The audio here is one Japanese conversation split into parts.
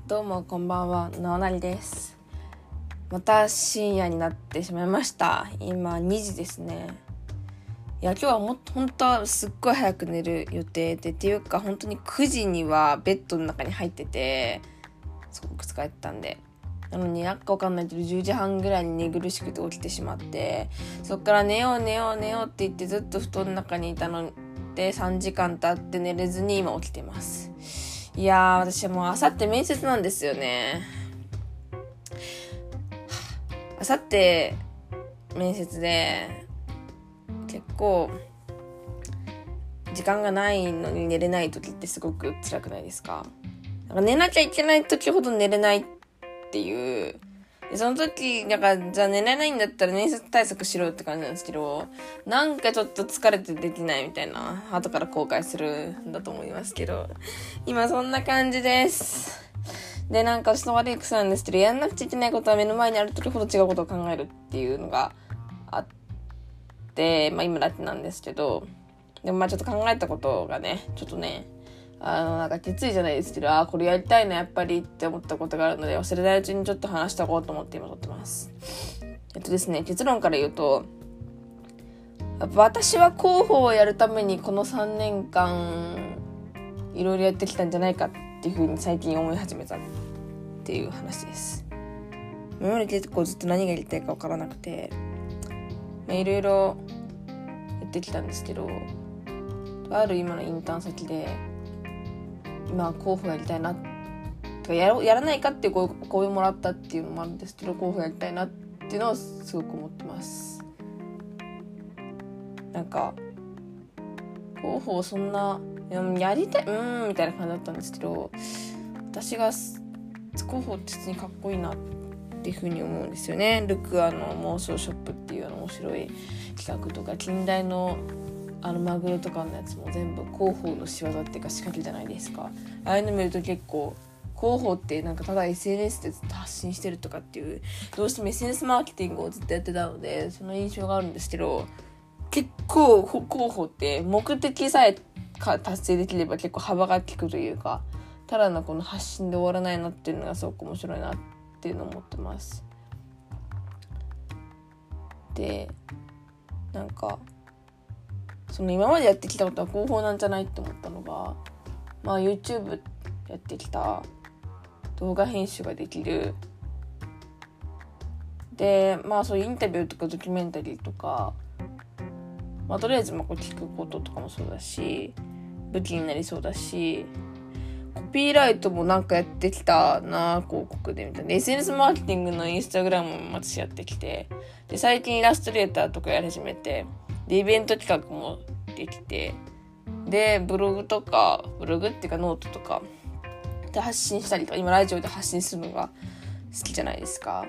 どうもこんばんは、なおなりです。また深夜になってしまいました。今2時ですね。今日は本当はすっごい早く寝る予定で、っていうか本当に9時にはベッドの中に入ってて、すごく疲れてたんで、なのになんかわかんないけど10時半ぐらいに寝苦しくて起きてしまって、そっから寝ようって言ってずっと布団の中にいたので3時間経って寝れずに今起きてます。いやー、私はもうあさって面接なんですよね。あさって面接で結構時間がないのに寝れない時ってすごく辛くないですか？なんか寝なきゃいけない時ほど寝れないっていう。でその時じゃあ寝れないんだったら面接対策しろって感じなんですけど、なんかちょっと疲れてできないみたいな、後から後悔するんだと思いますけど、今そんな感じです。で、なんか私の悪い癖なんですけど、やんなくちゃいけないことは目の前にある時ほど違うことを考えるっていうのがあって、今だってなんですけど、でもちょっと考えたことがね、ちょっとね、なんかきついじゃないですけど、これやりたいなやっぱりって思ったことがあるので、忘れないうちにちょっと話しておこうと思って今撮ってます。ですね、結論から言うと、やっぱ私は広報をやるためにこの3年間いろいろやってきたんじゃないかっていうふうに最近思い始めたっていう話です。今まで結構ずっと何がやりたいか分からなくて、いろいろやってきたんですけど、ある今のインターン先で今は候補やりたいなとかやらないかっていう声をもらったっていうのもあるんですけど、候補やりたいなっていうのをすごく思ってます。なんか候補そんなやりたいみたいな感じだったんですけど、私が候補って普通にかっこいいなっていう風に思うんですよね。ルクアの妄想ショップっていう面白い企画とか、近代のマグロとかのやつも全部広報の仕業っていうか仕掛けじゃないですか。ああいうの見ると結構広報ってなんかただ SNS でずっと発信してるとかっていう、どうしても SNS マーケティングをずっとやってたのでその印象があるんですけど、結構広報って目的さえ達成できれば結構幅が利くというか、ただのこの発信で終わらないなっていうのがすごく面白いなっていうのを思ってます。で、なんかその今までやってきたことは広報なんじゃないって思ったのが、YouTube やってきた動画編集ができるで、そういうインタビューとかドキュメンタリーとか、とりあえず聞くこととかもそうだし、武器になりそうだし、コピーライトもなんかやってきたな、広告でみたいな。SNS マーケティングのインスタグラムも私やってきて、で最近イラストレーターとかやり始めて、でイベント企画もできて、でブログっていうかノートとかで発信したりとか、今ラジオで発信するのが好きじゃないですか。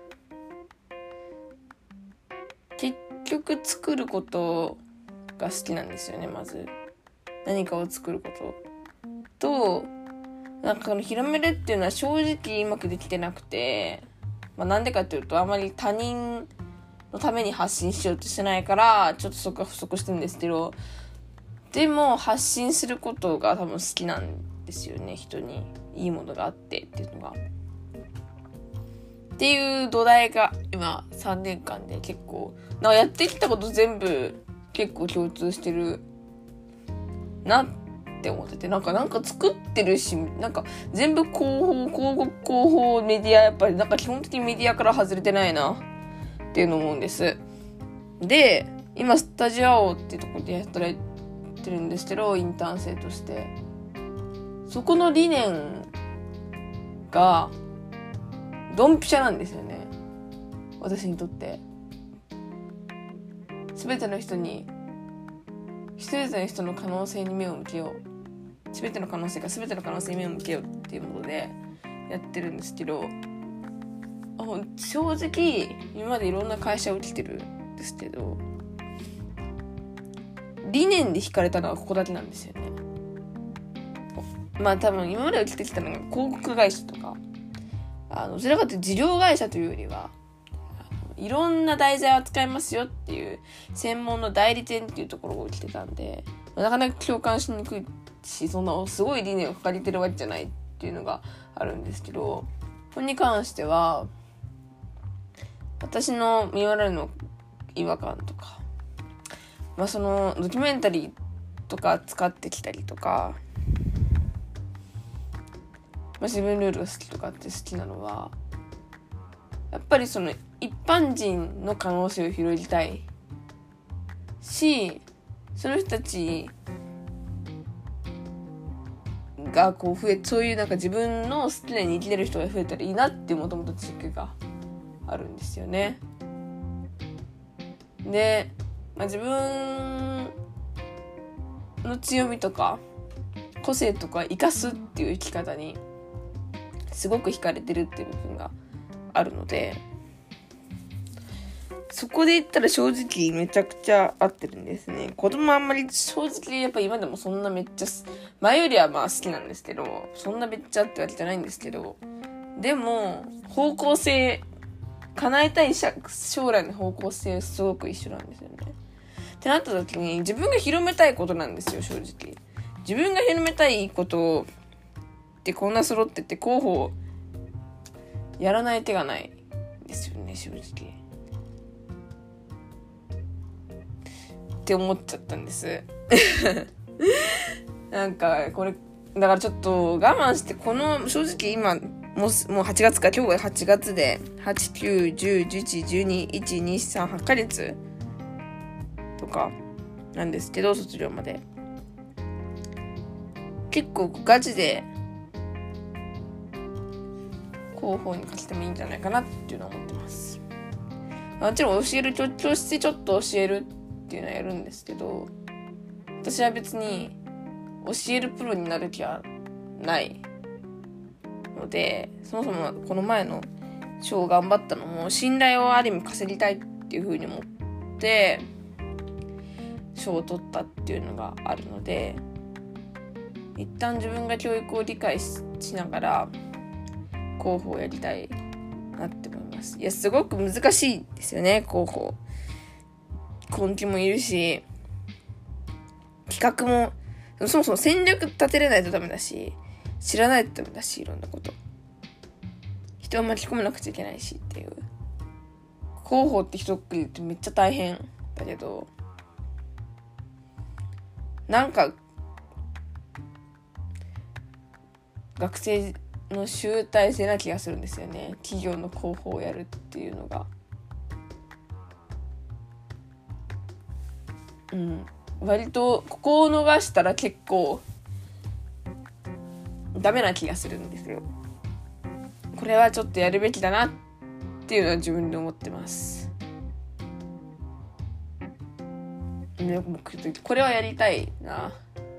結局作ることが好きなんですよね。まず何かを作ることと、なんかこの広めるっていうのは正直うまくできてなくて、なんでかっていうと、あまり他人のために発信しようとしてないからちょっとそこが不足してるんですけど、でも発信することが多分好きなんですよね。人にいいものがあってっていうのがっていう土台が今3年間で結構やってきたこと全部結構共通してるなって思ってて、なんか作ってるし、なんか全部広報メディア、やっぱりなんか基本的にメディアから外れてないなっていうのを思うんです。で、今スタジオっていうところで働いてるんですけど、インターン生としてそこの理念がドンピシャなんですよね。私にとって全ての人に一人の人の可能性に目を向けよう、全ての可能性に目を向けようっていうものでやってるんですけど、正直今までいろんな会社を来てるんですけど、理念で惹かれたのはここだけなんですよね。多分今まで起きてきたのが広告会社とか、どちらかというと事業会社というよりはいろんな題材を扱いますよっていう専門の代理店っていうところが起きてたんで、なかなか共感しにくいし、そんなすごい理念を掲げてるわけじゃないっっていうのがあるんですけど、これに関しては私の見られの違和感とか、そのドキュメンタリーとか使ってきたりとか、自分ルールが好きとかって好きなのは、やっぱりその一般人の可能性を広げたいし、その人たちがこうそういうなんか自分の好きなように生きれる人が増えたらいいなっていうもともと軸があるんですよね。で、自分の強みとか個性とか生かすっていう生き方にすごく惹かれてるっていう部分があるので、そこで言ったら正直めちゃくちゃ合ってるんですね。子供あんまり正直やっぱ今でもそんなめっちゃ前よりは好きなんですけど、そんなめっちゃってわけじゃないんですけど、でも方向性叶えたい将来の方向性すごく一緒なんですよね。ってなった時に自分が広めたいことなんですよ。正直自分が広めたいことってこんな揃ってて候補やらない手がないですよね、正直って思っちゃったんですなんかこれだからちょっと我慢して、この正直今もう8月か、今日が8月で8、9、10、11、12、1、2、3、8ヶ月とかなんですけど、卒業まで結構ガチで広報にかけてもいいんじゃないかなっていうのは思ってます。もちろん教える教室でちょっと教えるっていうのはやるんですけど、私は別に教えるプロになる気はないので、そもそもこの前の賞を頑張ったのも信頼をある意味稼ぎたいっていう風に思って賞を取ったっていうのがあるので、一旦自分が教育を理解しながら広報をやりたいなって思います。いや、すごく難しいですよね、広報。根気もいるし、企画もそもそも戦略立てれないとダメだし、知らないとダメだし、いろんなこと人を巻き込まなくちゃいけないしっていう、広報って一括り言ってめっちゃ大変だけど、なんか学生の集大成な気がするんですよね、企業の広報をやるっていうのが。割とここを逃したら結構ダメな気がするんですよ。これはちょっとやるべきだなっていうのは自分で思ってます。これはやりたいな。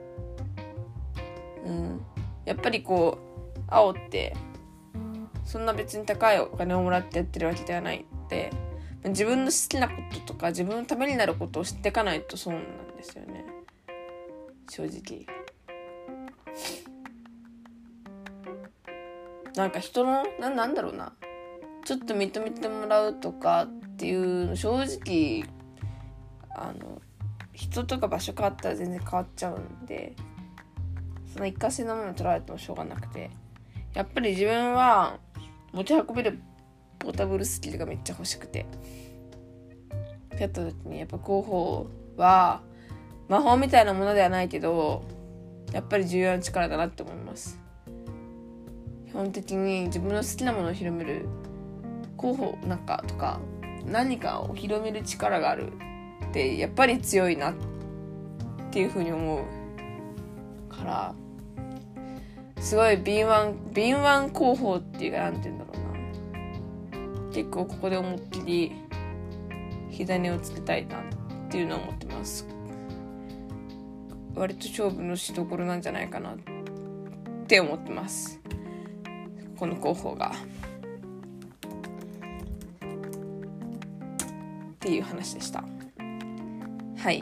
やっぱりこう青ってそんな別に高いお金をもらってやってるわけではないって、自分の好きなこととか自分のためになることを知っていかないと損なんですよね、正直。なんか人のなんだろうな、ちょっと認めてもらうとかっていうの、正直人とか場所変わったら全然変わっちゃうんで、その一過性のものに捉えてもしょうがなくて、やっぱり自分は持ち運べるポータブルスキルがめっちゃ欲しくて、やった時にやっぱ広報は魔法みたいなものではないけど、やっぱり重要な力だなって思います。基本的に自分の好きなものを広める広報なんかとか何かを広める力があるってやっぱり強いなっていう風に思うから、すごい敏腕広報っていうか、なんて言うんだろうな、結構ここで思いっきり火種をつけたいなっていうのは思ってます。割と勝負のしどころなんじゃないかなって思ってます、この広報がっていう話でした。はい、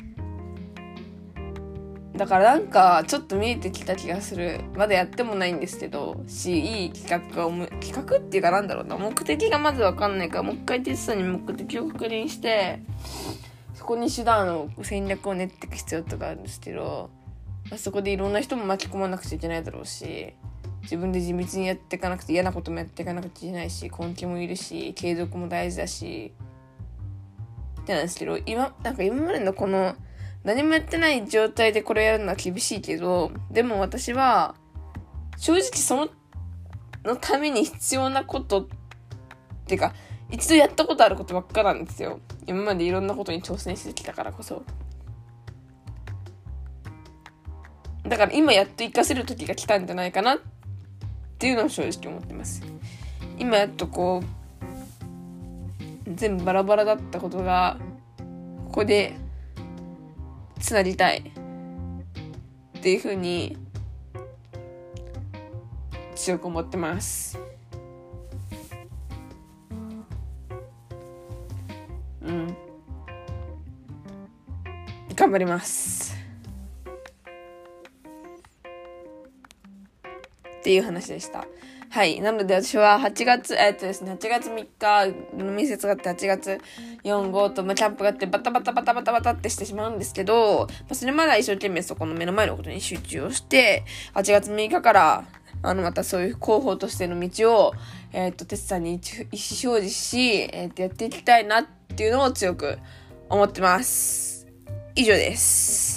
だからなんかちょっと見えてきた気がする。まだやってもないんですけど、いい企画っていうか、なんだろうな、目的がまず分かんないから、もう一回テストに目的を確認して、そこに手段を戦略を練っていく必要とかあるんですけど、そこでいろんな人も巻き込まなくちゃいけないだろうし、 自分で地道にやっていかなくて、嫌なこともやっていかなくちゃいけないし、根気もいるし、継続も大事だしってなんですけど、今までのこの何もやってない状態でこれをやるのは厳しいけど、でも私は正直そのために必要なことってか、一度やったことあることばっかなんですよ。今までいろんなことに挑戦してきたからこそ。だから今やっと活かせる時が来たんじゃないかなっていうのを正直思ってます。今やっとこう全部バラバラだったことがここでつなぎたいっていう風に強く思ってます。頑張りますっていう話でした。はい。なので私は8月3日の面接があって8月4、5と、キャンプがあってバタバタってしてしまうんですけど、それまでは一生懸命そこの目の前のことに集中をして、8月6日から、またそういう広報としての道を、テツさんに意思表示し、やっていきたいなっていうのを強く思ってます。以上です。